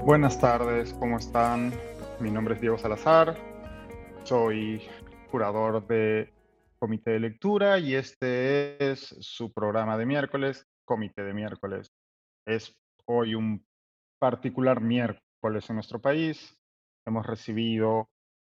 Buenas tardes, ¿cómo están? Mi nombre es Diego Salazar, soy curador de Comité de Lectura y este es su programa de miércoles, Comité de Miércoles. Es hoy un particular miércoles en nuestro país. Hemos recibido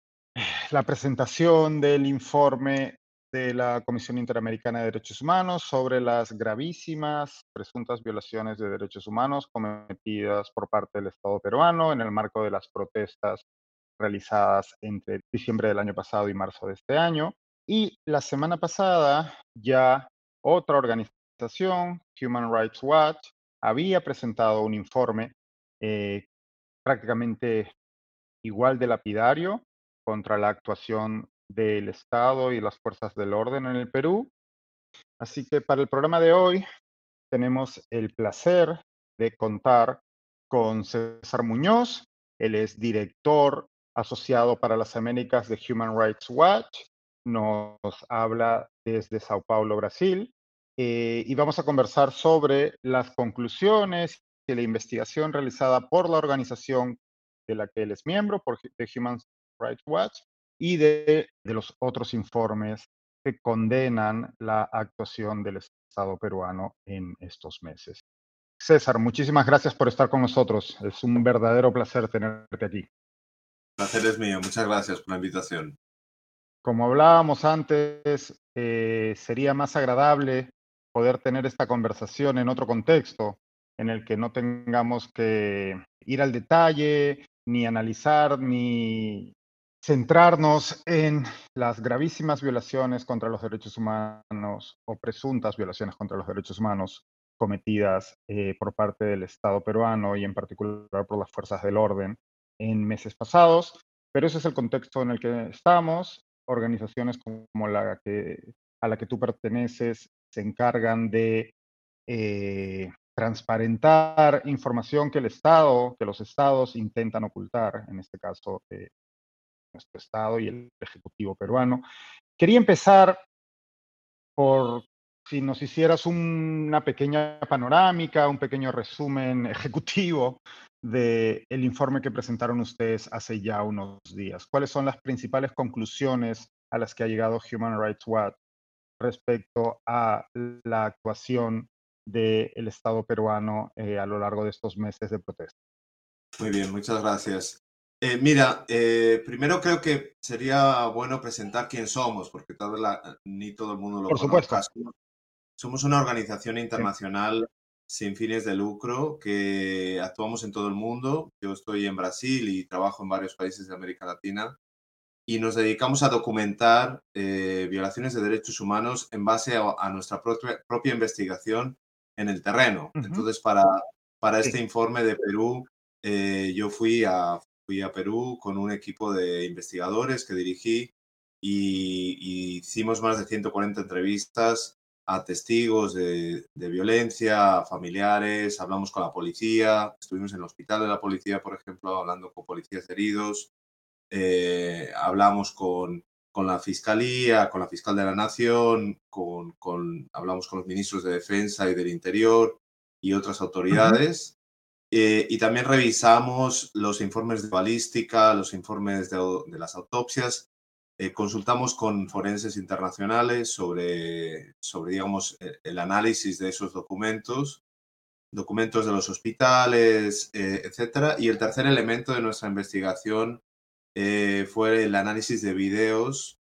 la presentación del informe de la Comisión Interamericana de Derechos Humanos sobre las gravísimas presuntas violaciones de derechos humanos cometidas por parte del Estado peruano en el marco de las protestas realizadas entre diciembre del año pasado y marzo de este año. Y la semana pasada ya otra organización, Human Rights Watch, había presentado un informe eh, prácticamente igual de lapidario contra la actuación del Estado y las fuerzas del orden en el Perú. Así que para el programa de hoy tenemos el placer de contar con César Muñoz. Él es director asociado para las Américas de Human Rights Watch. Nos habla desde Sao Paulo, Brasil. Y vamos a conversar sobre las conclusiones de la investigación realizada por la organización de la que él es miembro, de Human Rights Watch, y de los otros informes que condenan la actuación del Estado peruano en estos meses. César, muchísimas gracias por estar con nosotros. Es un verdadero placer tenerte aquí. El placer es mío. Muchas gracias por la invitación. Como hablábamos antes, sería más agradable poder tener esta conversación en otro contexto, en el que no tengamos que ir al detalle, ni analizar, ni centrarnos en las gravísimas violaciones contra los derechos humanos o presuntas violaciones contra los derechos humanos cometidas por parte del Estado peruano y en particular por las fuerzas del orden en meses pasados. Pero ese es el contexto en el que estamos. Organizaciones como a la que tú perteneces se encargan de transparentar información que los estados intentan ocultar, en este caso nuestro estado y el Ejecutivo peruano. Quería empezar por si nos hicieras una pequeña panorámica, un pequeño resumen ejecutivo del informe que presentaron ustedes hace ya unos días. ¿Cuáles son las principales conclusiones a las que ha llegado Human Rights Watch respecto a la actuación del Estado peruano a lo largo de estos meses de protesta? Muy bien, muchas gracias. Mira, primero creo que sería bueno presentar quién somos, porque tal vez ni todo el mundo lo Por conozca. supuesto. Somos una organización Sí. internacional sin fines de lucro que actuamos en todo el mundo. Yo estoy en Brasil y trabajo en varios países de América Latina y nos dedicamos a documentar violaciones de derechos humanos en base a nuestra propia investigación en el terreno. Ujú. Entonces, para Sí. este informe de Perú, yo fui a Perú con un equipo de investigadores que dirigí y hicimos más de 140 entrevistas a testigos de violencia, a familiares, hablamos con la policía, estuvimos en el hospital de la policía, por ejemplo, hablando con policías heridos, hablamos con la Fiscalía, con la Fiscal de la Nación, hablamos con los ministros de Defensa y del Interior y otras Ujú. autoridades. Y también revisamos los informes de balística, los informes de las autopsias. Consultamos con forenses internacionales sobre digamos, el análisis de esos documentos, documentos de los hospitales, etcétera. Y el tercer elemento de nuestra investigación fue el análisis de videos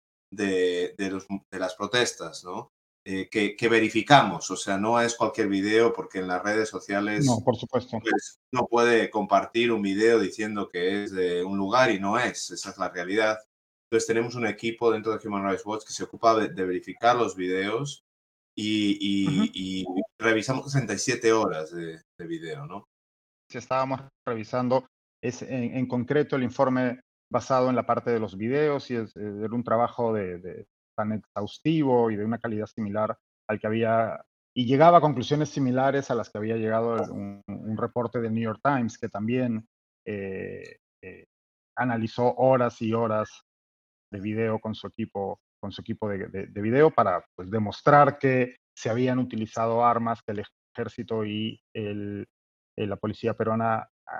de las protestas, ¿no? Que verificamos, o sea, no es cualquier video porque en las redes No, sociales por supuesto. pues, uno puede compartir un video diciendo que es de un lugar y no es, esa es la realidad. Entonces tenemos un equipo dentro de Human Rights Watch que se ocupa de verificar los videos Ujú. y revisamos 67 horas de video, ¿no? Si estábamos revisando es en concreto el informe basado en la parte de los videos y era un trabajo tan exhaustivo y de una calidad similar al que había, y llegaba a conclusiones similares a las que había llegado un reporte del New York Times que también eh, eh, analizó horas y horas de video con su equipo de video para pues, demostrar que se habían utilizado armas que el ejército y la policía peruana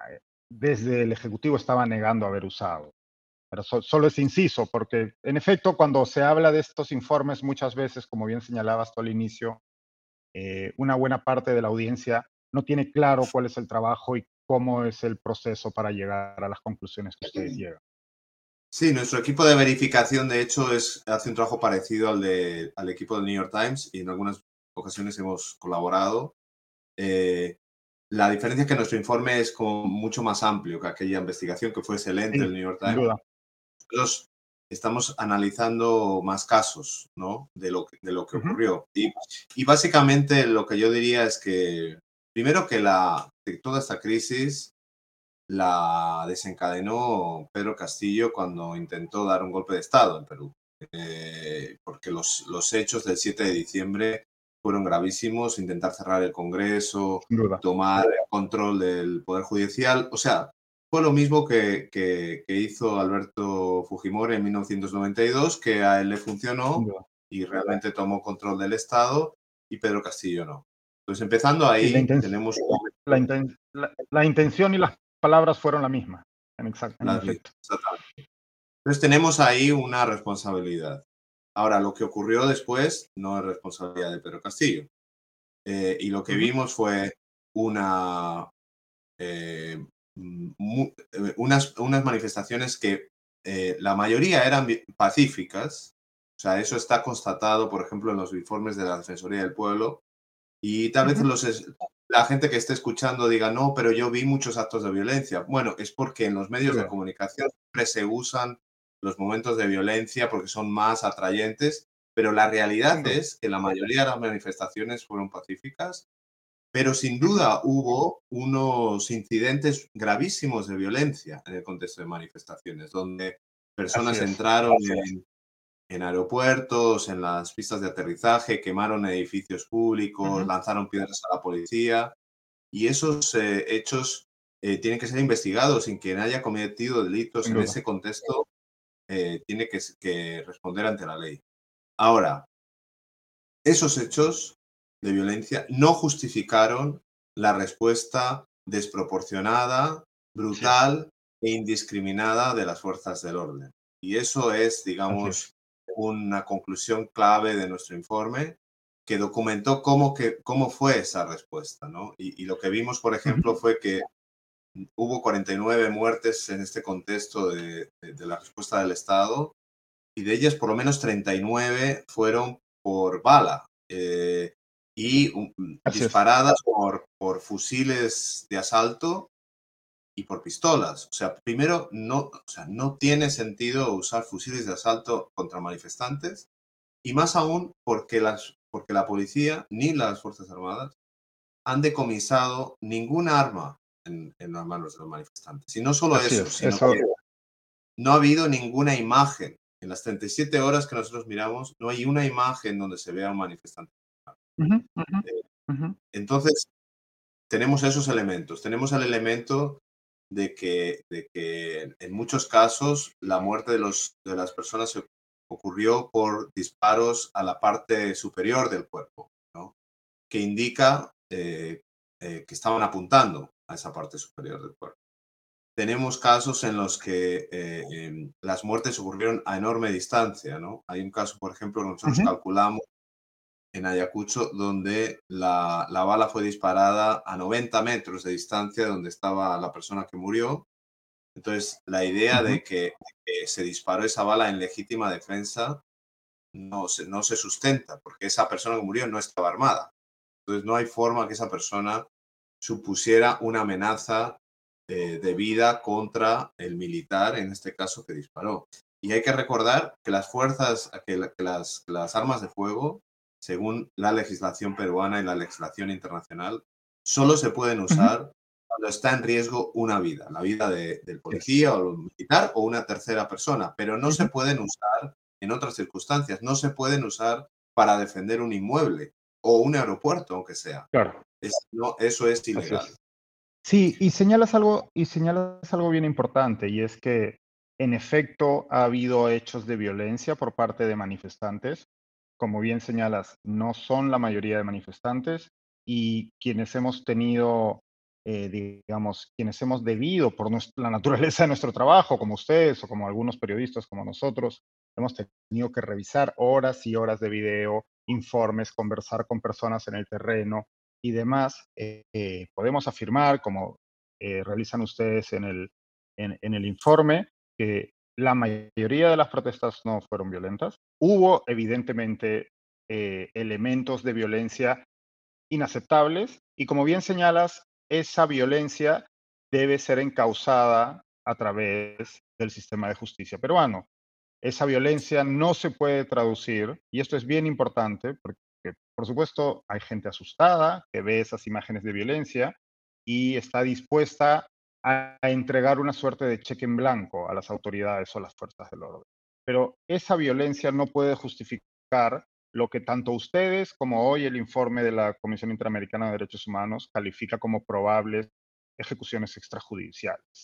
desde el Ejecutivo estaba negando haber usado. Pero solo ese inciso, porque en efecto, cuando se habla de estos informes, muchas veces, como bien señalabas tú al inicio, una buena parte de la audiencia no tiene claro cuál es el trabajo y cómo es el proceso para llegar a las conclusiones que ustedes llegan. Sí, nuestro equipo de verificación, de hecho, hace un trabajo parecido al equipo del New York Times y en algunas ocasiones hemos colaborado. Eh, la diferencia es que nuestro informe es como mucho más amplio que aquella investigación que fue excelente Sí, del New York sin Times. duda. Nosotros estamos analizando más casos, ¿no? De lo que Ujú, ocurrió. Y básicamente lo que yo diría es que, primero que toda esta crisis la desencadenó Pedro Castillo cuando intentó dar un golpe de Estado en Perú. Porque los hechos del 7 de diciembre fueron gravísimos, intentar cerrar el Congreso, sin duda. tomar el control del Poder Judicial. O sea, fue lo mismo que hizo Alberto Fujimori en 1992, que a él le Sin funcionó duda. y realmente tomó control del Estado y Pedro Castillo no. Entonces, empezando Sí, ahí, tenemos un momento. la intención y las palabras fueron la misma, en Las efecto. mismas, exactamente. Entonces tenemos ahí una responsabilidad. Ahora, lo que ocurrió después no es responsabilidad de Pedro Castillo. Y lo que Ujú, vimos fue una, unas manifestaciones que la mayoría eran pacíficas. O sea, eso está constatado, por ejemplo, en los informes de la Defensoría del Pueblo. Y tal vez ujú, la gente que esté escuchando diga, no, pero yo vi muchos actos de violencia. Bueno, es porque en los sin medios de duda. comunicación siempre se usan los momentos de violencia porque son más atrayentes, pero la Sin realidad duda. es que la mayoría de las manifestaciones fueron pacíficas, pero sin Ujú, duda hubo unos incidentes gravísimos de violencia en el contexto de manifestaciones, donde así personas es. entraron en aeropuertos, en las pistas de aterrizaje, quemaron edificios públicos, Ujú, lanzaron piedras a la policía y esos hechos tienen que ser investigados sin quien haya cometido delitos sin en duda. ese contexto tiene que responder ante la ley. Ahora, esos hechos de violencia no justificaron la respuesta desproporcionada, Así es. brutal e indiscriminada de las fuerzas del orden. Y eso es, Así es. digamos, una conclusión clave de nuestro informe que documentó cómo fue esa respuesta, ¿no? Y lo que vimos, por Ujú, ejemplo, fue que hubo 49 muertes en este contexto de la respuesta del Estado y de ellas por lo menos 39 fueron por bala y así es. disparadas por fusiles de asalto y por pistolas. O sea, primero, o sea, no tiene sentido usar fusiles de asalto contra manifestantes y más aún porque la policía ni las Fuerzas Armadas han decomisado ninguna arma en las manos de los manifestantes. Y no solo Así eso, es. sino Eso. que no ha habido ninguna imagen. En las 37 horas que nosotros miramos, no hay una imagen donde se vea un manifestante. Ujú, ujú, Eh, ujú, Entonces, tenemos esos elementos. Tenemos el elemento de que en muchos casos la muerte de las personas ocurrió por disparos a la parte superior del cuerpo, ¿no? Que indica que estaban apuntando a esa parte superior del cuerpo. Tenemos casos en los que las muertes ocurrieron a enorme distancia, ¿no? Hay un caso, por ejemplo, que nosotros ujú, calculamos en Ayacucho, donde la bala fue disparada a 90 metros de distancia de donde estaba la persona que murió. Entonces, la idea ujú, de que se disparó esa bala en legítima defensa no se sustenta, porque esa persona que murió no estaba armada. Entonces, no hay forma que esa persona supusiera una amenaza de vida contra el militar, en este caso, que disparó. Y hay que recordar que las fuerzas, que las armas de fuego, según la legislación peruana y la legislación internacional, solo se pueden ujú. usar cuando está en riesgo una vida, la vida del Así es. policía o el militar o una tercera persona, pero no se Ujú, pueden usar en otras circunstancias, no se pueden usar para defender un inmueble o un aeropuerto, aunque sea. claro, No, eso es así ilegal. es. Sí, y señalas algo bien importante, y es que, en efecto, ha habido hechos de violencia por parte de manifestantes. Como bien señalas, no son la mayoría de manifestantes, y quienes hemos tenido digamos, quienes hemos debido por la naturaleza de nuestro trabajo, como ustedes o como algunos periodistas como nosotros, hemos tenido que revisar horas y horas de video, informes, conversar con personas en el terreno y demás, podemos afirmar, como realizan ustedes en el informe, que la mayoría de las protestas no fueron violentas. Hubo, evidentemente, elementos de violencia inaceptables y, como bien señalas, esa violencia debe ser encausada a través del sistema de justicia peruano. Esa violencia no se puede traducir, y esto es bien importante, porque por supuesto hay gente asustada que ve esas imágenes de violencia y está dispuesta a entregar una suerte de cheque en blanco a las autoridades o las fuerzas del orden. Pero esa violencia no puede justificar lo que tanto ustedes como hoy el informe de la Comisión Interamericana de Derechos Humanos califica como probables ejecuciones extrajudiciales.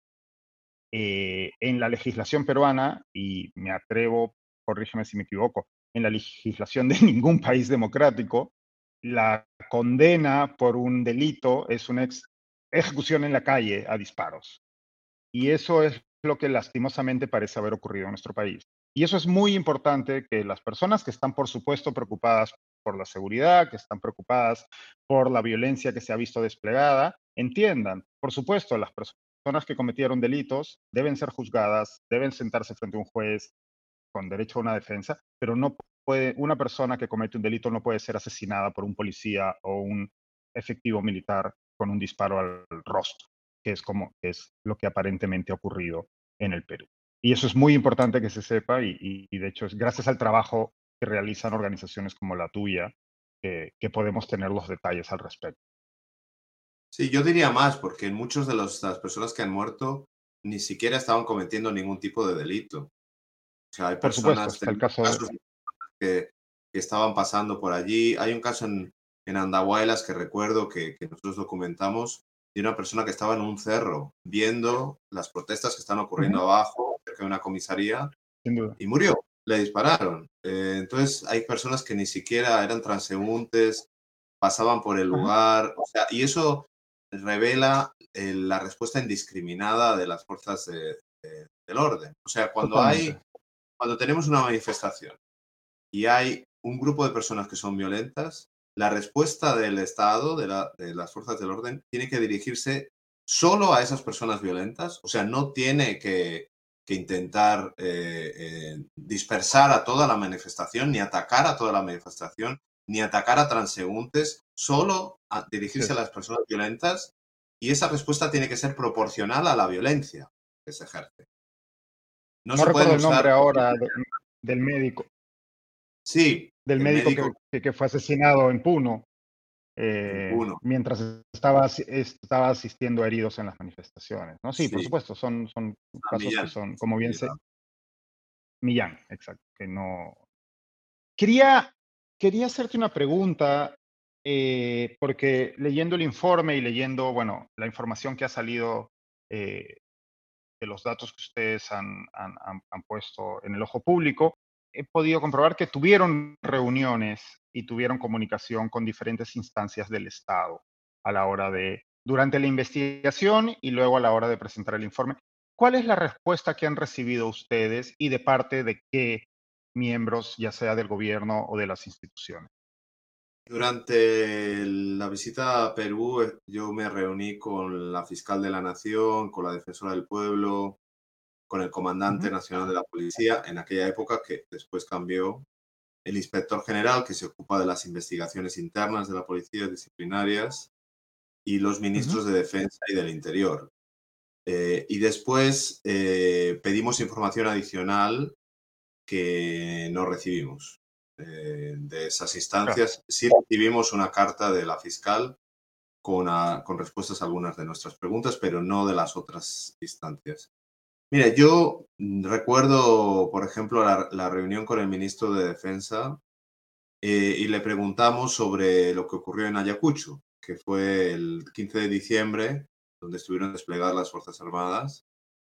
En la legislación peruana, y me atrevo, corrígeme si me equivoco, en la legislación de ningún país democrático, la condena por un delito es una ejecución en la calle a disparos. Y eso es lo que lastimosamente parece haber ocurrido en nuestro país. Y eso es muy importante, que las personas que están, por supuesto, preocupadas por la seguridad, que están preocupadas por la violencia que se ha visto desplegada, entiendan. Por supuesto, las personas que cometieron delitos deben ser juzgadas, deben sentarse frente a un juez con derecho a una defensa, pero no puede, una persona que comete un delito no puede ser asesinada por un policía o un efectivo militar con un disparo al rostro, que es como es lo que aparentemente ha ocurrido en el Perú. Y eso es muy importante que se sepa y de hecho es gracias al trabajo que realizan organizaciones como la tuya que podemos tener los detalles al respecto. Sí, yo diría más, porque muchos de las personas que han muerto ni siquiera estaban cometiendo ningún tipo de delito. O sea, hay Por supuesto, personas, está el tenemos caso de... casos que estaban pasando por allí. Hay un caso en Andahuaylas que recuerdo que nosotros documentamos de una persona que estaba en un cerro viendo las protestas que están ocurriendo Ujú, abajo, cerca de una comisaría, sin duda. y murió. Le dispararon. Entonces hay personas que ni siquiera eran transeúntes, pasaban por el Ajá, lugar, o sea, y eso revela la respuesta indiscriminada de las fuerzas del orden. O sea, totalmente. cuando tenemos una manifestación y hay un grupo de personas que son violentas, la respuesta del Estado, de las fuerzas del orden, tiene que dirigirse solo a esas personas violentas, o sea, no tiene que intentar dispersar a toda la manifestación, ni atacar a toda la manifestación, ni atacar a transeúntes, solo a Así dirigirse a es. las personas violentas, y esa respuesta tiene que ser proporcional a la violencia que se ejerce. No No se pueden recuerdo el nombre usar, ahora del médico, sí, el médico que fue asesinado en Puno, en Puno, mientras estaba asistiendo a heridos en las manifestaciones, ¿no? Sí, por sí, supuesto, son a casos que Millán. son, como bien se... Millán, exacto, que no... Quería, quería hacerte una pregunta, porque leyendo el informe y leyendo, bueno, la información que ha salido eh, de los datos que ustedes han puesto en el ojo público, he podido comprobar que tuvieron reuniones y tuvieron comunicación con diferentes instancias del Estado a la hora de, durante la investigación y luego a la hora de presentar el informe. ¿Cuál es la respuesta que han recibido ustedes y de parte de qué miembros, ya sea del gobierno o de las instituciones? Durante la visita a Perú, yo me reuní con la fiscal de la Nación, con la defensora del pueblo, con el comandante Ujú, nacional de la policía, en aquella época que después cambió, el inspector general que se ocupa de las investigaciones internas de la policía disciplinarias y los ujú. ministros de defensa y del interior. Y después pedimos información adicional que no recibimos. De esas Claro, instancias sí recibimos una carta de la fiscal con respuestas a algunas de nuestras preguntas, pero no de las otras instancias. Mira, yo recuerdo, por ejemplo, la reunión con el ministro de Defensa y le preguntamos sobre lo que ocurrió en Ayacucho, que fue el 15 de diciembre, donde estuvieron desplegadas las Fuerzas Armadas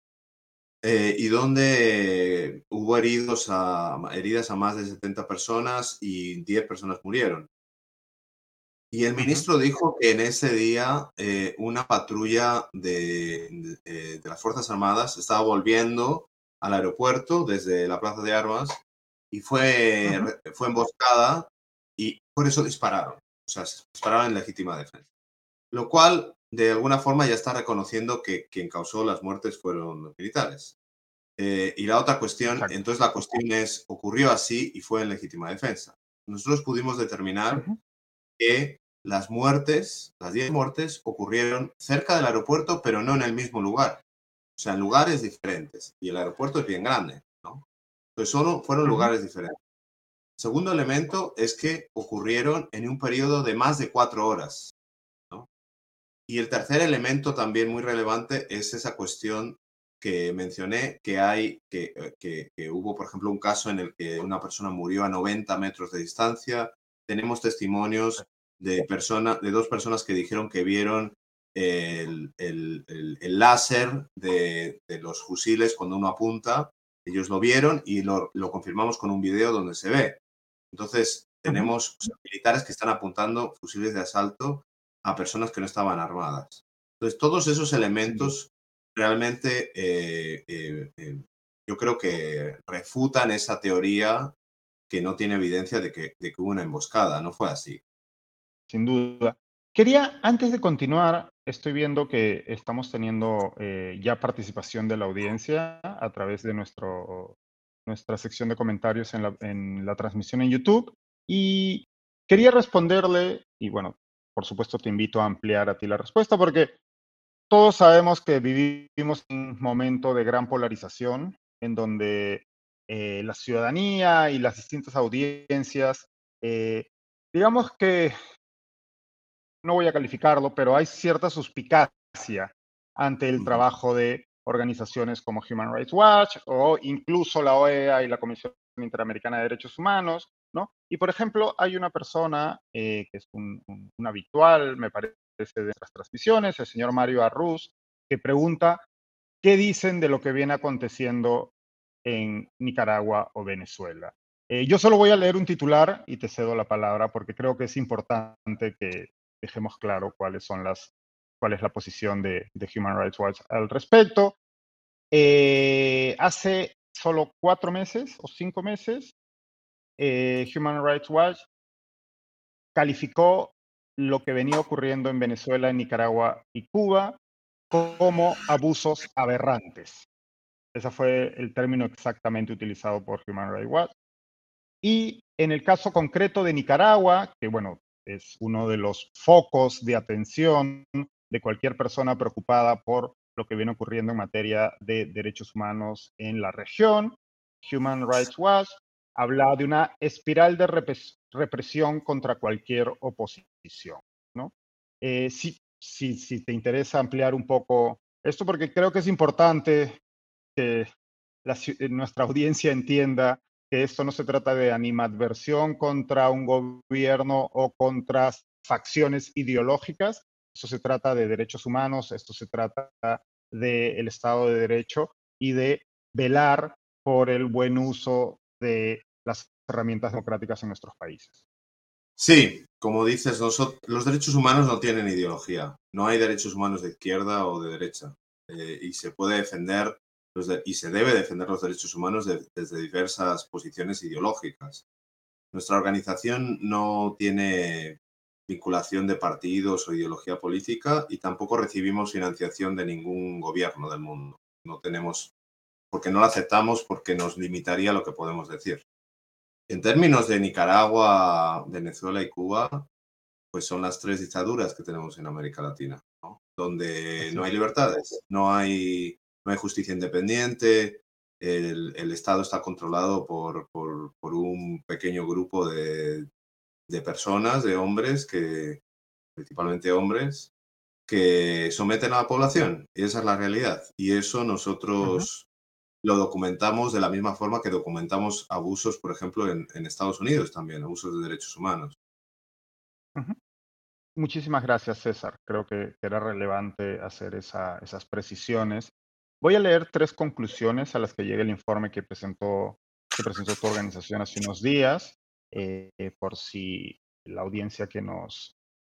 y donde hubo heridas a más de 70 personas y 10 personas murieron. Y el Ujú, ministro dijo que en ese día una patrulla de las Fuerzas Armadas estaba volviendo al aeropuerto desde la Plaza de Armas y ujú. fue emboscada y por eso dispararon. O sea, dispararon en legítima defensa. Lo cual, de alguna forma, ya está reconociendo que quien causó las muertes fueron los militares. Y la otra cuestión, Exacto. entonces la cuestión es, ocurrió así y fue en legítima defensa. Nosotros pudimos determinar Ujú, que las muertes, las 10 muertes, ocurrieron cerca del aeropuerto, pero no en el mismo lugar. O sea, en lugares diferentes. Y el aeropuerto es bien grande, ¿no? Entonces, solo fueron ujú. lugares diferentes. Segundo elemento es que ocurrieron en un periodo de más de 4 horas, ¿no? Y el tercer elemento también muy relevante es esa cuestión que mencioné, que hubo, por ejemplo, un caso en el que una persona murió a 90 metros de distancia. Tenemos testimonios de dos personas que dijeron que vieron el láser de los fusiles cuando uno apunta. Ellos lo vieron y lo confirmamos con un video donde se ve. Entonces, Ujú. tenemos militares que están apuntando fusiles de asalto a personas que no estaban armadas. Entonces, todos esos Sin duda. elementos realmente yo creo que refutan esa teoría que no tiene evidencia de que hubo una emboscada. No fue así. Sin duda. Quería, antes de continuar, estoy viendo que estamos teniendo ya participación de la audiencia a través de nuestra sección de comentarios en la transmisión en YouTube. Y quería responderle, y bueno, por supuesto te invito a ampliar a ti la respuesta, porque todos sabemos que vivimos en un momento de gran polarización, en donde la ciudadanía y las distintas audiencias, eh, digamos que no voy a calificarlo, pero hay cierta suspicacia ante el Ujú. trabajo de organizaciones como Human Rights Watch o incluso la OEA y la Comisión Interamericana de Derechos Humanos, ¿no? Y por ejemplo, hay una persona que es un habitual, me parece, de nuestras transmisiones, el señor Mario Arruz, que pregunta qué dicen de lo que viene aconteciendo en Nicaragua o Venezuela. Yo solo voy a leer un titular y te cedo la palabra porque creo que es importante que dejemos claro cuál es la posición de Human Rights Watch al respecto. Hace solo 4 meses o 5 meses, Human Rights Watch calificó lo que venía ocurriendo en Venezuela, en Nicaragua y Cuba como abusos aberrantes. Ese fue el término exactamente utilizado por Human Rights Watch. Y en el caso concreto de Nicaragua, que bueno, es uno de los focos de atención de cualquier persona preocupada por lo que viene ocurriendo en materia de derechos humanos en la región, Human Rights Watch habla de una espiral de represión contra cualquier oposición, ¿no? Si te interesa ampliar un poco esto, porque creo que es importante que nuestra audiencia entienda que esto no se trata de animadversión contra un gobierno o contra facciones ideológicas, esto se trata de derechos humanos, esto se trata del Estado de Derecho y de velar por el buen uso de las herramientas democráticas en nuestros países. Sí, como dices, los derechos humanos no tienen ideología. No hay derechos humanos de izquierda o de derecha. Y se puede defender y se debe defender los derechos humanos desde diversas posiciones ideológicas. Nuestra organización no tiene vinculación de partidos o ideología política y tampoco recibimos financiación de ningún gobierno del mundo. No tenemos, porque no la aceptamos porque nos limitaría lo que podemos decir. En términos de Nicaragua, Venezuela y Cuba, pues son las tres dictaduras que tenemos en América Latina, ¿no? Donde Así no hay es. libertades, no hay justicia independiente, el Estado está controlado por un pequeño grupo de personas, de hombres, principalmente hombres, que someten a la población. Y esa es la realidad. Y eso Ujú, nosotros lo documentamos de la misma forma que documentamos abusos, por ejemplo, en Estados Unidos también, abusos de derechos humanos. ujú. Muchísimas gracias, César. Creo que era relevante hacer esas precisiones. Voy a leer tres conclusiones a las que llega el informe que presentó tu organización hace unos días, por si la audiencia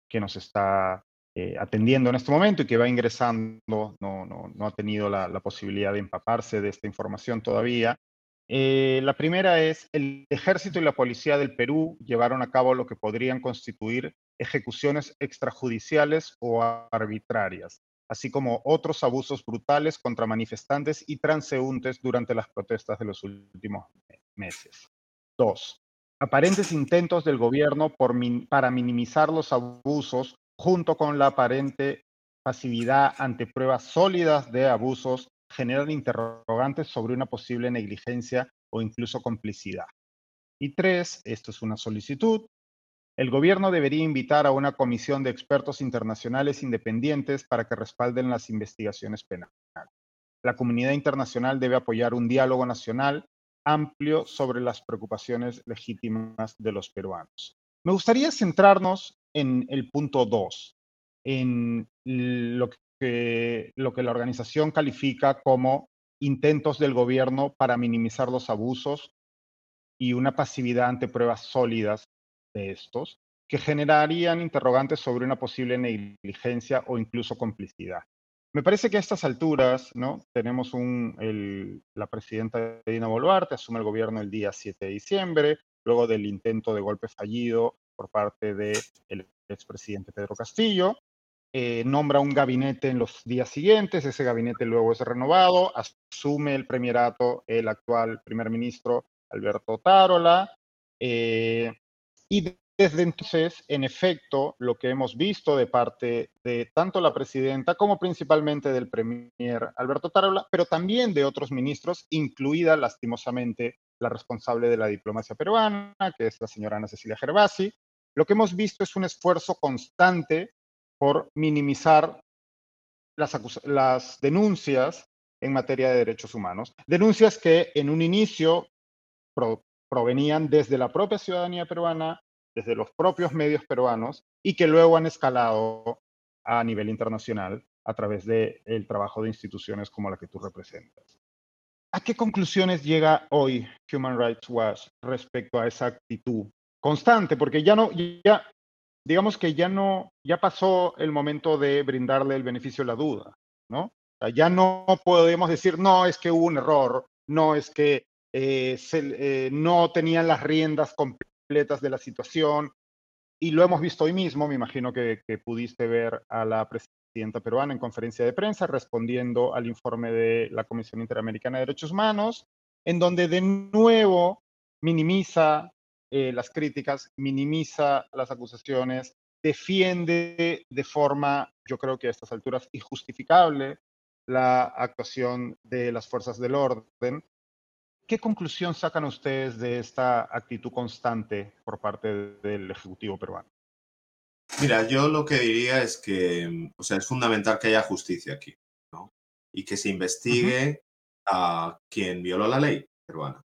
que nos está atendiendo en este momento y que va ingresando, no ha tenido la posibilidad de empaparse de esta información todavía. La primera es, el ejército y la policía del Perú llevaron a cabo lo que podrían constituir ejecuciones extrajudiciales o arbitrarias, así como otros abusos brutales contra manifestantes y transeúntes durante las protestas de los últimos meses. Dos, aparentes intentos del gobierno para minimizar los abusos junto con la aparente pasividad ante pruebas sólidas de abusos generan interrogantes sobre una posible negligencia o incluso complicidad. Y tres, esto es una solicitud, el gobierno debería invitar a una comisión de expertos internacionales independientes para que respalden las investigaciones penales. La comunidad internacional debe apoyar un diálogo nacional amplio sobre las preocupaciones legítimas de los peruanos. Me gustaría centrarnos en el punto 2, en lo que la organización califica como intentos del gobierno para minimizar los abusos y una pasividad ante pruebas sólidas de estos, que generarían interrogantes sobre una posible negligencia o incluso complicidad. Me parece que a estas alturas, ¿no? Tenemos la presidenta Dina Boluarte asume el gobierno el día 7 de diciembre, luego del intento de golpe fallido por parte del expresidente Pedro Castillo, nombra un gabinete en los días siguientes, ese gabinete luego es renovado, asume el premierato el actual primer ministro Alberto Tarola, y desde entonces, en efecto, lo que hemos visto de parte de tanto la presidenta como principalmente del premier Alberto Tarola, pero también de otros ministros, incluida lastimosamente la responsable de la diplomacia peruana, que es la señora Ana Cecilia Gervasi, lo que hemos visto es un esfuerzo constante por minimizar las denuncias en materia de derechos humanos. Denuncias que en un inicio provenían desde la propia ciudadanía peruana, desde los propios medios peruanos, y que luego han escalado a nivel internacional a través del trabajo de instituciones como la que tú representas. ¿A qué conclusiones llega hoy Human Rights Watch respecto a esa actitud constante? Porque digamos que ya pasó el momento de brindarle el beneficio de la duda, ¿no? O sea, ya no podemos decir, no, es que hubo un error, no, es que no tenían las riendas completas de la situación, y lo hemos visto hoy mismo, me imagino que pudiste ver a la presidenta peruana en conferencia de prensa respondiendo al informe de la Comisión Interamericana de Derechos Humanos, en donde de nuevo minimiza las críticas, minimiza las acusaciones, defiende de forma, yo creo que a estas alturas, injustificable la actuación de las fuerzas del orden. ¿Qué conclusión sacan ustedes de esta actitud constante por parte del Ejecutivo peruano? Mira, yo lo que diría es que, o sea, es fundamental que haya justicia aquí, ¿no? Y que se Ujú. investigue a quien violó la ley peruana.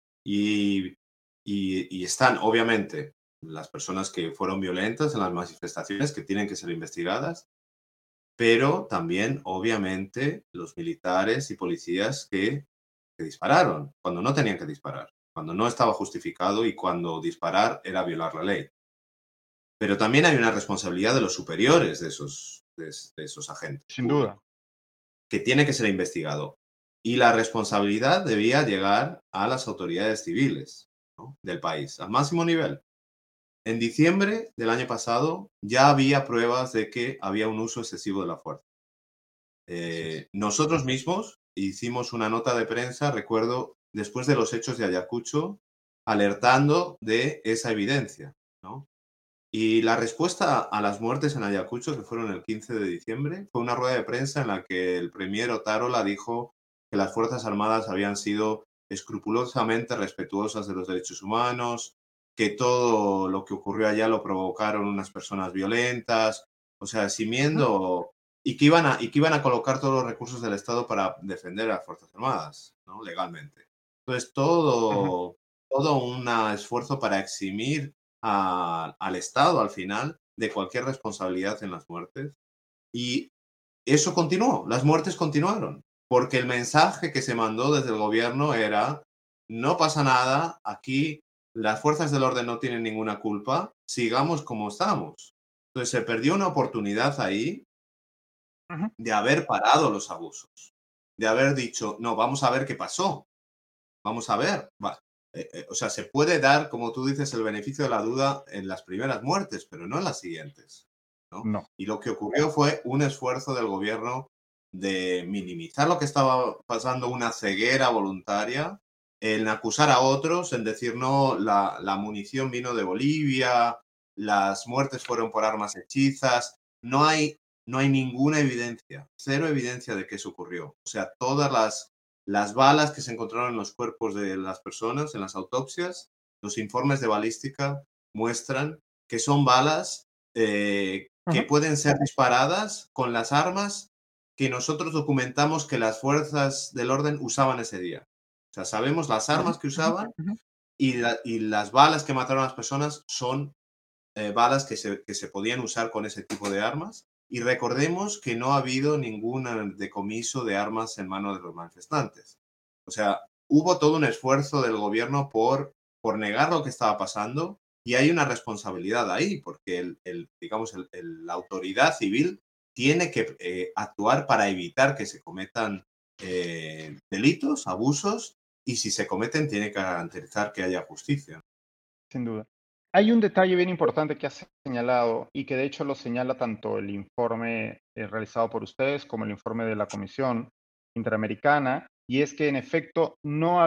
Y están, obviamente, las personas que fueron violentas en las manifestaciones que tienen que ser investigadas, pero también, obviamente, los militares y policías que dispararon cuando no tenían que disparar, cuando no estaba justificado y cuando disparar era violar la ley. Pero también hay una responsabilidad de los superiores de esos agentes Sin duda. públicos, que tiene que ser investigado. Y la responsabilidad debía llegar a las autoridades civiles, ¿no?, del país, al máximo nivel. En diciembre del año pasado ya había pruebas de que había un uso excesivo de la fuerza. Así es. Nosotros mismos hicimos una nota de prensa, recuerdo, después de los hechos de Ayacucho, alertando de esa evidencia, ¿no? Y la respuesta a las muertes en Ayacucho, que fueron el 15 de diciembre, fue una rueda de prensa en la que el premier Otárola dijo que las Fuerzas Armadas habían sido escrupulosamente respetuosas de los derechos humanos, que todo lo que ocurrió allá lo provocaron unas personas violentas, o sea, Ujú, eximiendo, y que iban a colocar todos los recursos del Estado para defender a las Fuerzas Armadas, ¿no?, legalmente. Entonces, ujú. todo un esfuerzo para eximir al Estado al final de cualquier responsabilidad en las muertes. Y eso continuó, las muertes continuaron, porque el mensaje que se mandó desde el gobierno era, no pasa nada, aquí las fuerzas del orden no tienen ninguna culpa, sigamos como estamos. Entonces se perdió una oportunidad ahí Ujú. de haber parado los abusos, de haber dicho, no, vamos a ver qué pasó, vamos a ver. O sea, se puede dar, como tú dices, el beneficio de la duda en las primeras muertes, pero no en las siguientes, ¿no? No. Y lo que ocurrió fue un esfuerzo del gobierno de minimizar lo que estaba pasando, una ceguera voluntaria, en acusar a otros, en decir, no, la munición vino de Bolivia, las muertes fueron por armas hechizas. No hay ninguna evidencia, cero evidencia de que eso ocurrió. O sea, todas las balas que se encontraron en los cuerpos de las personas, en las autopsias, los informes de balística muestran que son balas que Ujú. pueden ser disparadas con las armas que nosotros documentamos que las fuerzas del orden usaban ese día. O sea, sabemos las Ujú. armas que Ujú. usaban Ujú. y las balas que mataron a las personas son balas que se podían usar con ese tipo de armas. Y recordemos que no ha habido ningún decomiso de armas en manos de los manifestantes. O sea, hubo todo un esfuerzo del gobierno por negar lo que estaba pasando y hay una responsabilidad ahí, porque digamos, la autoridad civil tiene que actuar para evitar que se cometan delitos, abusos, y si se cometen, tiene que garantizar que haya justicia. Sin duda. Hay un detalle bien importante que has señalado y que de hecho lo señala tanto el informe realizado por ustedes como el informe de la Comisión Interamericana, y es que en efecto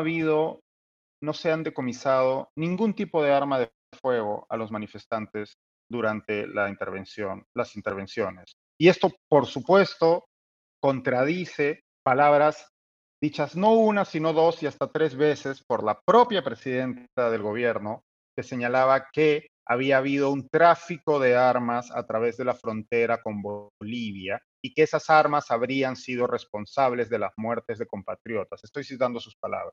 no se han decomisado ningún tipo de arma de fuego a los manifestantes durante las intervenciones. Y esto, por supuesto, contradice palabras dichas no una, sino dos y hasta tres veces por la propia presidenta del gobierno, que señalaba que había habido un tráfico de armas a través de la frontera con Bolivia y que esas armas habrían sido responsables de las muertes de compatriotas. Estoy citando sus palabras.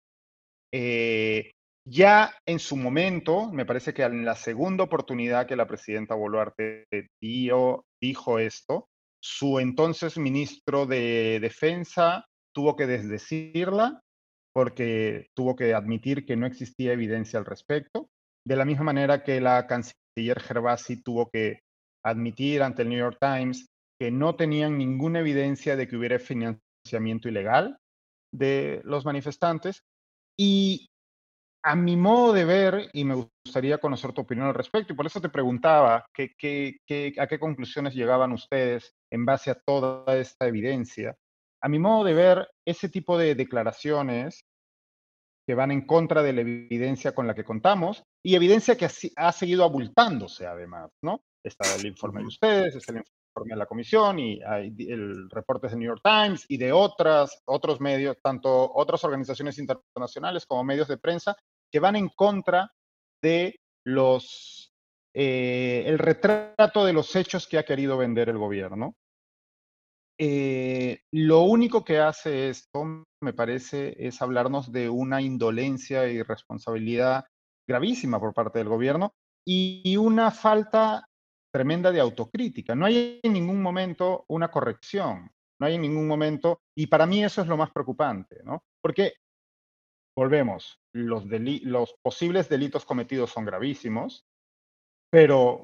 Eh, ya en su momento, me parece que en la segunda oportunidad que la presidenta Boluarte dijo esto, su entonces ministro de Defensa tuvo que desdecirla porque tuvo que admitir que no existía evidencia al respecto, de la misma manera que la canciller Gervasi tuvo que admitir ante el New York Times que no tenían ninguna evidencia de que hubiera financiamiento ilegal de los manifestantes. Y a mi modo de ver, y me gustaría conocer tu opinión al respecto, y por eso te preguntaba a qué conclusiones llegaban ustedes en base a toda esta evidencia. A mi modo de ver, ese tipo de declaraciones que van en contra de la evidencia con la que contamos y evidencia que ha seguido abultándose además, ¿no? Está el informe de Ujú. ustedes, está el informe de la comisión y hay el reportes de New York Times y de otros medios, tanto otras organizaciones internacionales como medios de prensa, que van en contra de el retrato de los hechos que ha querido vender el gobierno. Lo único que hace esto, me parece, es hablarnos de una indolencia y responsabilidad gravísima por parte del gobierno y una falta tremenda de autocrítica. No hay en ningún momento una corrección, no hay en ningún momento, y para mí eso es lo más preocupante, ¿no? Porque, volvemos, los posibles delitos cometidos son gravísimos, pero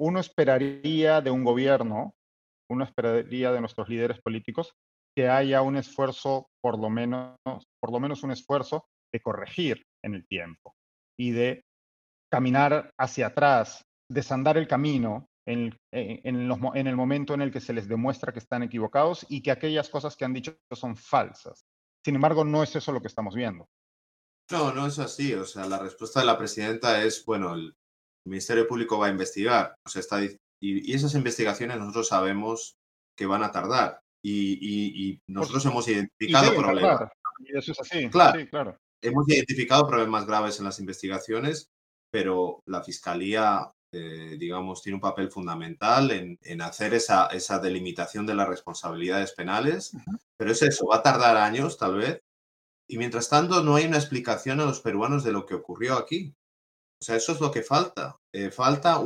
uno esperaría de nuestros líderes políticos que haya un esfuerzo, por lo menos un esfuerzo de corregir en el tiempo y de caminar hacia atrás, desandar el camino en el momento en el que se les demuestra que están equivocados y que aquellas cosas que han dicho son falsas. Sin embargo, no es eso lo que estamos viendo. No, no es así. O sea, la respuesta de la presidenta es, bueno, el Ministerio Público va a investigar. O sea, y esas investigaciones nosotros sabemos que van a tardar. Y Por nosotros supuesto. hemos Y identificado deben problemas. tardar. Y eso es así. Claro, Sí, claro. hemos identificado problemas graves en las investigaciones, pero la Fiscalía, digamos, tiene un papel fundamental en hacer esa delimitación de las responsabilidades penales. Ujú. Pero es eso, va a tardar años, tal vez. Y mientras tanto, no hay una explicación a los peruanos de lo que ocurrió aquí. O sea, eso es lo que falta. Falta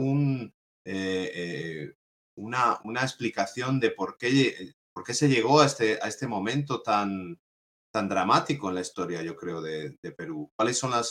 una explicación de por qué se llegó a este momento tan dramático en la historia, yo creo, de Perú. ¿Cuáles son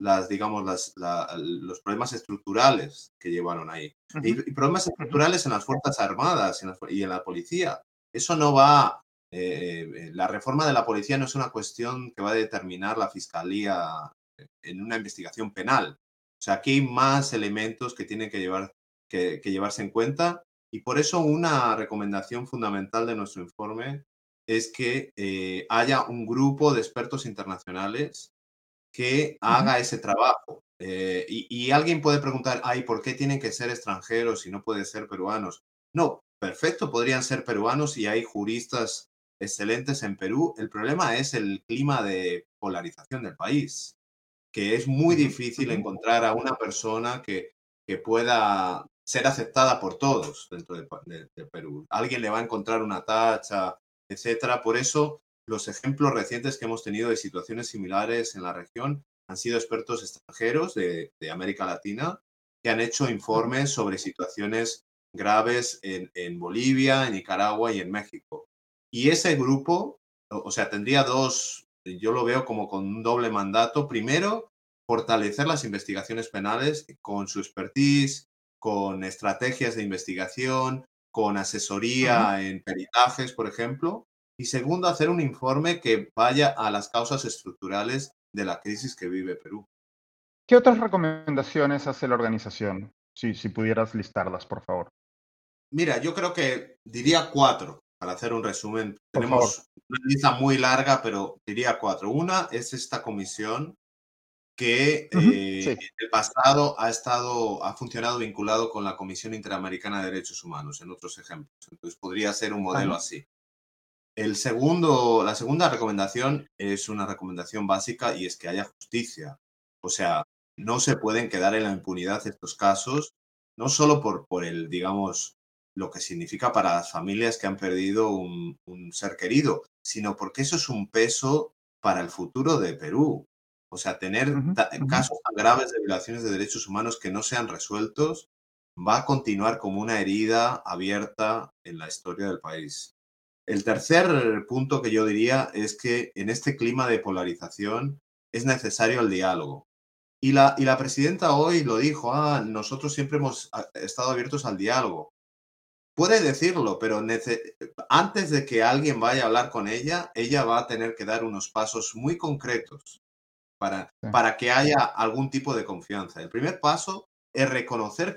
digamos, los problemas estructurales que llevaron ahí. Ujú, Y problemas ujú, estructurales en las Fuerzas Armadas y en la policía. Eso no va, la reforma de la policía no es una cuestión que va a determinar la fiscalía en una investigación penal. O sea, aquí hay más elementos que tienen que llevarse en cuenta y por eso una recomendación fundamental de nuestro informe es que haya un grupo de expertos internacionales que ujú, haga ese trabajo. Y alguien puede preguntar, ay, ¿por qué tienen que ser extranjeros y no pueden ser peruanos? No, perfecto, podrían ser peruanos y hay juristas excelentes en Perú. El problema es el clima de polarización del país, que es muy ujú, difícil ujú, encontrar a una persona que pueda ser aceptada por todos dentro de Perú. Alguien le va a encontrar una tacha, etcétera. Por eso, los ejemplos recientes que hemos tenido de situaciones similares en la región han sido expertos extranjeros de América Latina que han hecho ujú. informes sobre situaciones graves en Bolivia, en Nicaragua y en México. Y ese grupo, o sea, tendría dos, yo lo veo como con un doble mandato. Primero, fortalecer las investigaciones penales con su expertise, con estrategias de investigación, con Ujú. asesoría en peritajes, por ejemplo. Y segundo, hacer un informe que vaya a las causas estructurales de la crisis que vive Perú. ¿Qué otras recomendaciones hace la organización? Si pudieras listarlas, por favor. Mira, yo creo que diría cuatro, para hacer un resumen. Por favor. Tenemos una lista muy larga, pero diría cuatro. Una es esta comisión que Ujú, sí. en el pasado ha funcionado vinculado con la Comisión Interamericana de Derechos Humanos, en otros ejemplos. Entonces podría ser un modelo Ajá. así. La segunda recomendación es una recomendación básica y es que haya justicia. O sea, no se pueden quedar en la impunidad estos casos, no solo por el, digamos, lo que significa para las familias que han perdido un ser querido, sino porque eso es un peso para el futuro de Perú. O sea, tener Ujú, ujú. casos tan graves de violaciones de derechos humanos que no sean resueltos va a continuar como una herida abierta en la historia del país. El tercer punto que yo diría es que en este clima de polarización es necesario el diálogo. Y la presidenta hoy lo dijo, nosotros siempre hemos estado abiertos al diálogo. Puede decirlo, pero antes de que alguien vaya a hablar con ella va a tener que dar unos pasos muy concretos Sí. para que haya algún tipo de confianza. El primer paso es reconocer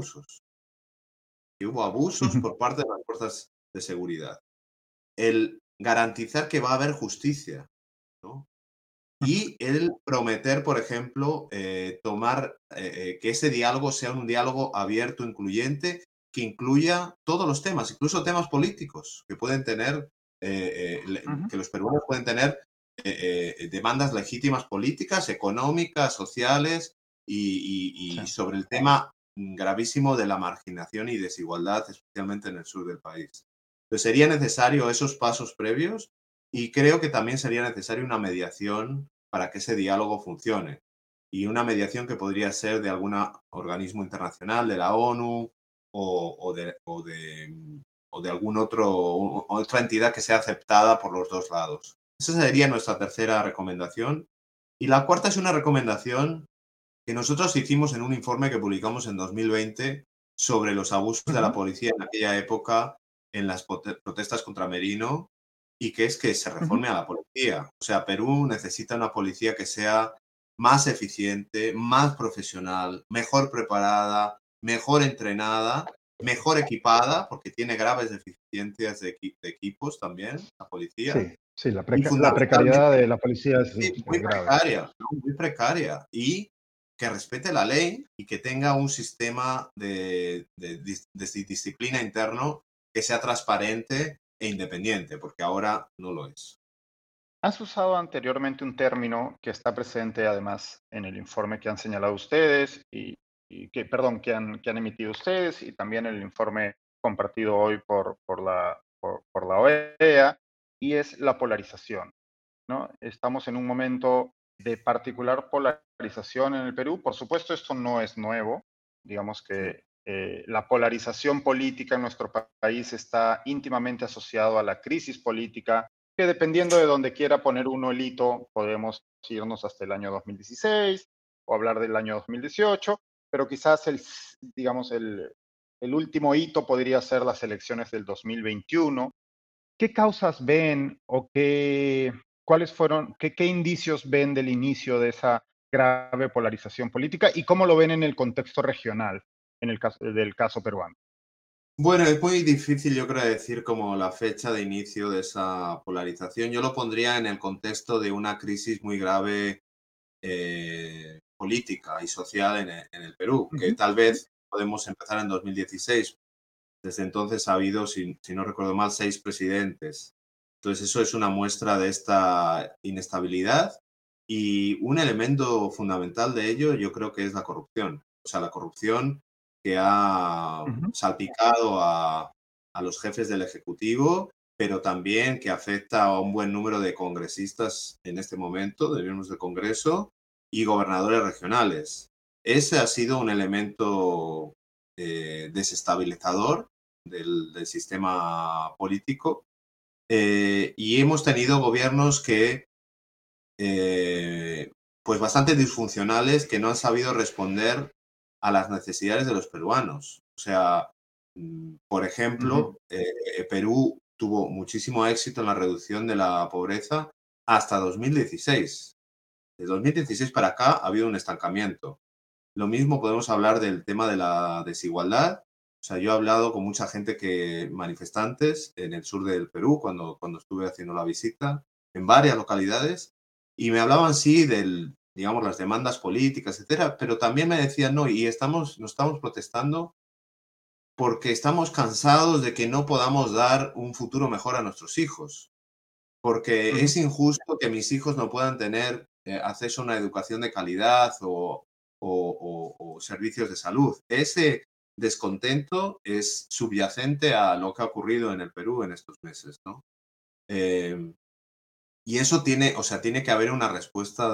que hubo abusos Ujú, por parte de las fuerzas de seguridad. El garantizar que va a haber justicia, ¿no? ujú, Y el prometer, por ejemplo, que ese diálogo sea un diálogo abierto, incluyente, que incluya todos los temas, incluso temas políticos que pueden tener, ujú. que los peruanos pueden tener demandas legítimas políticas, económicas, sociales Sí. y sobre el tema gravísimo de la marginación y desigualdad, especialmente en el sur del país. Entonces, sería necesario esos pasos previos y creo que también sería necesaria una mediación para que ese diálogo funcione. Y una mediación que podría ser de algún organismo internacional, de la ONU o de algún otra entidad que sea aceptada por los dos lados. Esa sería nuestra tercera recomendación. Y la cuarta es una recomendación que nosotros hicimos en un informe que publicamos en 2020 sobre los abusos de la Ujú, policía en aquella época en las protestas contra Merino y que es que se ujú. reforme a la policía. O sea, Perú necesita una policía que sea más eficiente, más profesional, mejor preparada, mejor entrenada, mejor equipada, porque tiene graves deficiencias de equipos también, la Sí, policía, sí, y la precariedad fundamentalmente de la policía sí, es muy grave. precaria, ¿no? Muy precaria. Y que respete la ley y que tenga un sistema de disciplina interno que sea transparente e independiente, porque ahora no lo es. Has usado anteriormente un término que está presente además en el informe que han señalado ustedes que han emitido ustedes y también el informe compartido hoy por la OEA, y es la polarización, ¿no? Estamos en un momento de particular polarización en el Perú. Por supuesto, esto no es nuevo. Digamos Sí. que la polarización política en nuestro país está íntimamente asociado a la crisis política, que dependiendo de donde quiera poner uno el hito, podemos irnos hasta el año 2016, o hablar del año 2018, pero quizás digamos, el último hito podría ser las elecciones del 2021. ¿Qué causas ven o cuáles fueron, qué indicios ven del inicio de esa grave polarización política y cómo lo ven en el contexto regional, en el caso del caso peruano? Bueno, es muy difícil, yo creo, decir como la fecha de inicio de esa polarización. Yo lo pondría en el contexto de una crisis muy grave política y social en el Perú, que Ujú, tal vez podemos empezar en 2016. Desde entonces ha habido, si no recuerdo mal, 6 presidentes. Entonces eso es una muestra de esta inestabilidad y un elemento fundamental de ello yo creo que es la corrupción. O sea, la corrupción que ha ujú, salpicado a los jefes del Ejecutivo, pero también que afecta a un buen número de congresistas en este momento, de miembros del Congreso y gobernadores regionales. Ese ha sido un elemento desestabilizador del sistema político y hemos tenido gobiernos que pues bastante disfuncionales que no han sabido responder a las necesidades de los peruanos. O sea, por ujú. ejemplo, Perú tuvo muchísimo éxito en la reducción de la pobreza hasta 2016. De 2016 para acá ha habido un estancamiento. Lo mismo podemos hablar del tema de la desigualdad. O sea, yo he hablado con mucha gente manifestantes en el sur del Perú, cuando estuve haciendo la visita, en varias localidades, y me hablaban, sí, digamos, las demandas políticas, etcétera, pero también me decían, no, nos estamos protestando porque estamos cansados de que no podamos dar un futuro mejor a nuestros hijos, porque Ujú. es injusto que mis hijos no puedan tener acceso a una educación de calidad o servicios de salud. Ese descontento es subyacente a lo que ha ocurrido en el Perú en estos meses, ¿no? Eh, y eso tiene, o sea, tiene que haber una respuesta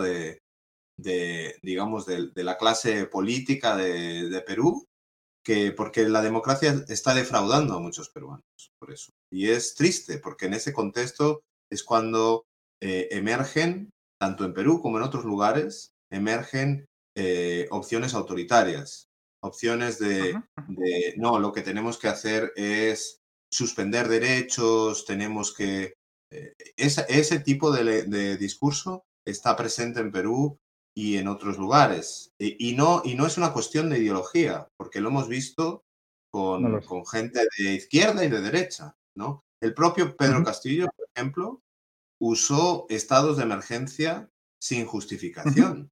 digamos, de la clase política de Perú, porque la democracia está defraudando a muchos peruanos, por eso. Y es triste, porque en ese contexto es cuando emergen, tanto en Perú como en otros lugares, emergen opciones autoritarias, opciones Ujú, ujú. no, lo que tenemos que hacer es suspender derechos, tenemos que... ese tipo de discurso está presente en Perú y en otros lugares. Y no es una cuestión de ideología, porque lo hemos visto No lo sé. con gente de izquierda y de derecha, ¿no? El propio Pedro Ujú, Castillo, por ejemplo, usó estados de emergencia sin ujú, justificación.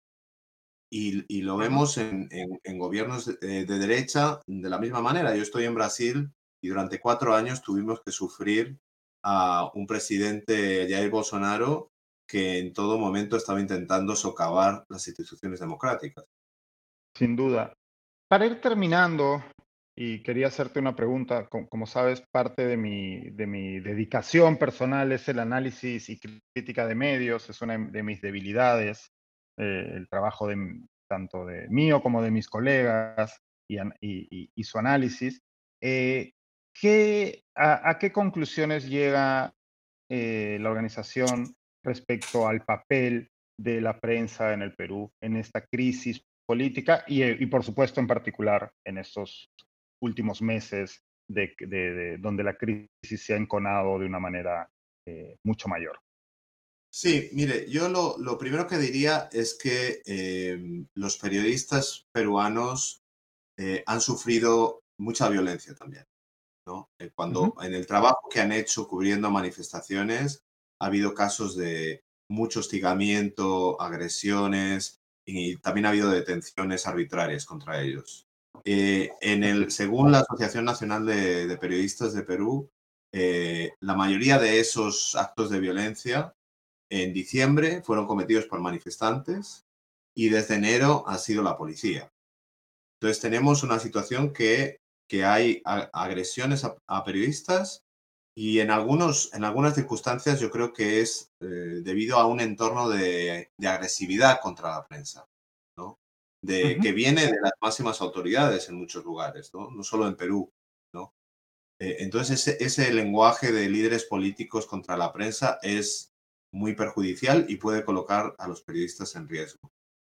Y lo ujú. vemos en gobiernos de derecha de la misma manera. Yo estoy en Brasil y durante 4 años tuvimos que sufrir a un presidente, Jair Bolsonaro, que en todo momento estaba intentando socavar las instituciones democráticas. Sin duda. Para ir terminando, y quería hacerte una pregunta, como sabes, parte de mi dedicación personal es el análisis y crítica de medios, es una de mis debilidades, el trabajo tanto de mío como de mis colegas y su análisis. Eh, a qué conclusiones llega la organización respecto al papel de la prensa en el Perú en esta crisis política y por supuesto en particular en estos últimos meses donde la crisis se ha enconado de una manera mucho mayor? Sí, mire, yo lo primero que diría es que los periodistas peruanos han sufrido mucha violencia también, ¿no? Ujú, Cuando en el trabajo que han hecho cubriendo manifestaciones ha habido casos de mucho hostigamiento, agresiones y también ha habido detenciones arbitrarias contra ellos. así es. Según la Asociación Nacional de Periodistas de Perú, la mayoría de esos actos de violencia en diciembre fueron cometidos por manifestantes y desde enero ha sido la policía. Entonces tenemos una situación que hay agresiones a periodistas y en algunas circunstancias yo creo que es debido a un entorno de agresividad contra la prensa, ¿no? Ujú. Que viene de las máximas autoridades en muchos lugares, ¿no? No solo en Perú, ¿no? Entonces ese lenguaje de líderes políticos contra la prensa es muy perjudicial y puede colocar a los periodistas en riesgo.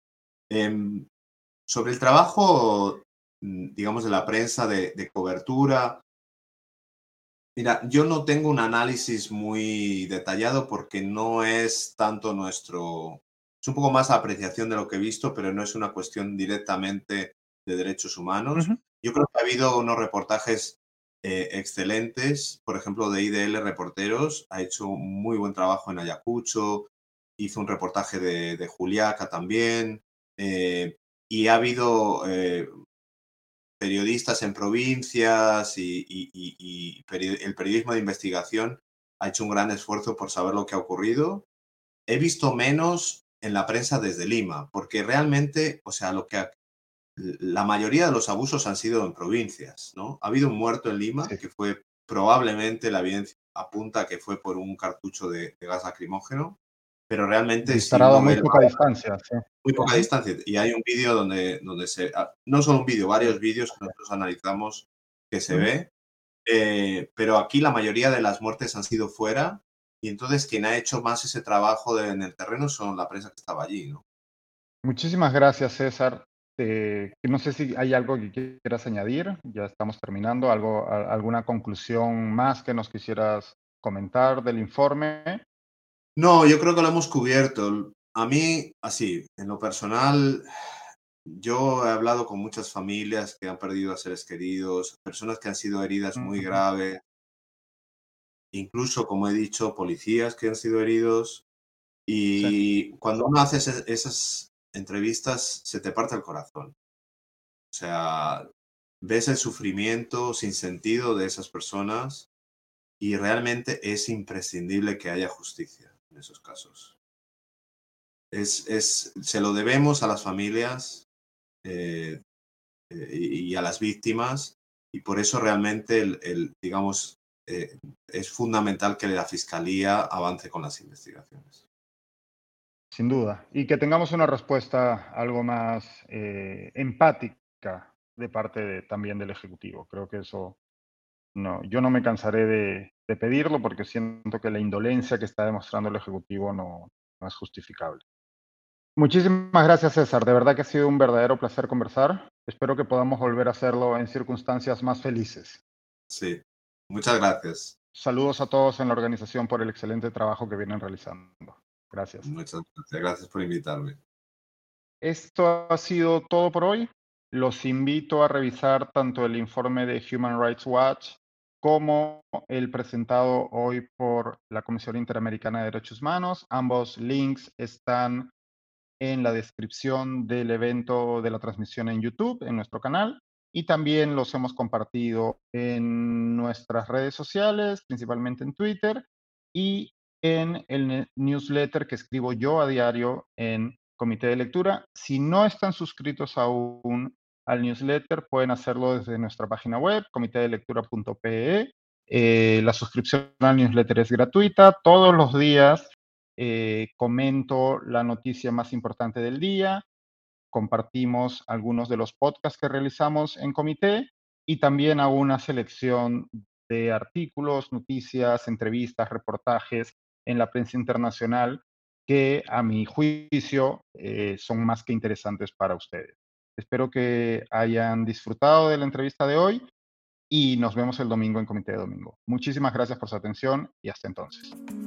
Em, Sobre el trabajo, digamos, de la prensa de cobertura, mira, yo no tengo un análisis muy detallado porque no es tanto nuestro, es un poco más apreciación de lo que he visto, pero no es una cuestión directamente de derechos humanos. Ujú. Yo creo que ha habido unos reportajes excelentes, por ejemplo, de IDL Reporteros, ha hecho un muy buen trabajo en Ayacucho, hizo un reportaje de Juliaca también, eh, y ha habido periodistas en provincias y el periodismo de investigación ha hecho un gran esfuerzo por saber lo que ha ocurrido. He visto menos en la prensa desde Lima, porque realmente, o sea, la mayoría de los abusos han sido en provincias, ¿no? Ha habido un muerto en Lima, Sí. que fue probablemente, la evidencia apunta que fue por un cartucho de gas lacrimógeno, pero realmente si Disparado a uno muy ve poca distancia, sí. muy poca Ujú. distancia. Y hay un vídeo donde no solo un vídeo, Sí, varios vídeos que sí. nosotros analizamos que se Ujú. ve, pero aquí la mayoría de las muertes han sido fuera y entonces quien ha hecho más ese trabajo en el terreno son la prensa que estaba allí, ¿no? Muchísimas gracias, César. No sé si hay algo que quieras añadir. Ya estamos terminando. ¿Alguna conclusión más que nos quisieras comentar del informe? No, yo creo que lo hemos cubierto. A mí, así, en lo personal, yo he hablado con muchas familias que han perdido a seres queridos, personas que han sido heridas muy Ujú. graves, incluso, como he dicho, policías que han sido heridos. Sí, Y cuando uno hace esas entrevistas, se te parte el corazón. O sea, ves el sufrimiento sin sentido de esas personas y realmente es imprescindible que haya justicia en esos casos. Se lo debemos a las familias eh, y a las víctimas y por eso realmente digamos, es fundamental que la Fiscalía avance con las investigaciones. sin duda. Y que tengamos una respuesta algo más empática de parte también del Ejecutivo. Creo que eso no, yo no me cansaré de pedirlo porque siento que la indolencia que está demostrando el Ejecutivo no es justificable. Muchísimas gracias, César. De verdad que ha sido un verdadero placer conversar. Espero que podamos volver a hacerlo en circunstancias más felices. Sí, muchas gracias. Saludos a todos en la organización por el excelente trabajo que vienen realizando. Gracias. Muchas gracias. Gracias por invitarme. Esto ha sido todo por hoy. Los invito a revisar tanto el informe de Human Rights Watch como el presentado hoy por la Comisión Interamericana de Derechos Humanos. Ambos links están en la descripción del evento de la transmisión en YouTube, en nuestro canal, y también los hemos compartido en nuestras redes sociales, principalmente en Twitter, y en el newsletter que escribo yo a diario en Comité de Lectura. Si no están suscritos aún al newsletter, pueden hacerlo desde nuestra página web, comitedelectura.pe. La suscripción al newsletter es gratuita. Todos los días comento la noticia más importante del día, compartimos algunos de los podcasts que realizamos en comité y también hago una selección de artículos, noticias, entrevistas, reportajes en la prensa internacional que a mi juicio son más que interesantes para ustedes. Espero que hayan disfrutado de la entrevista de hoy y nos vemos el domingo en Comité de Domingo. Muchísimas gracias por su atención y hasta entonces.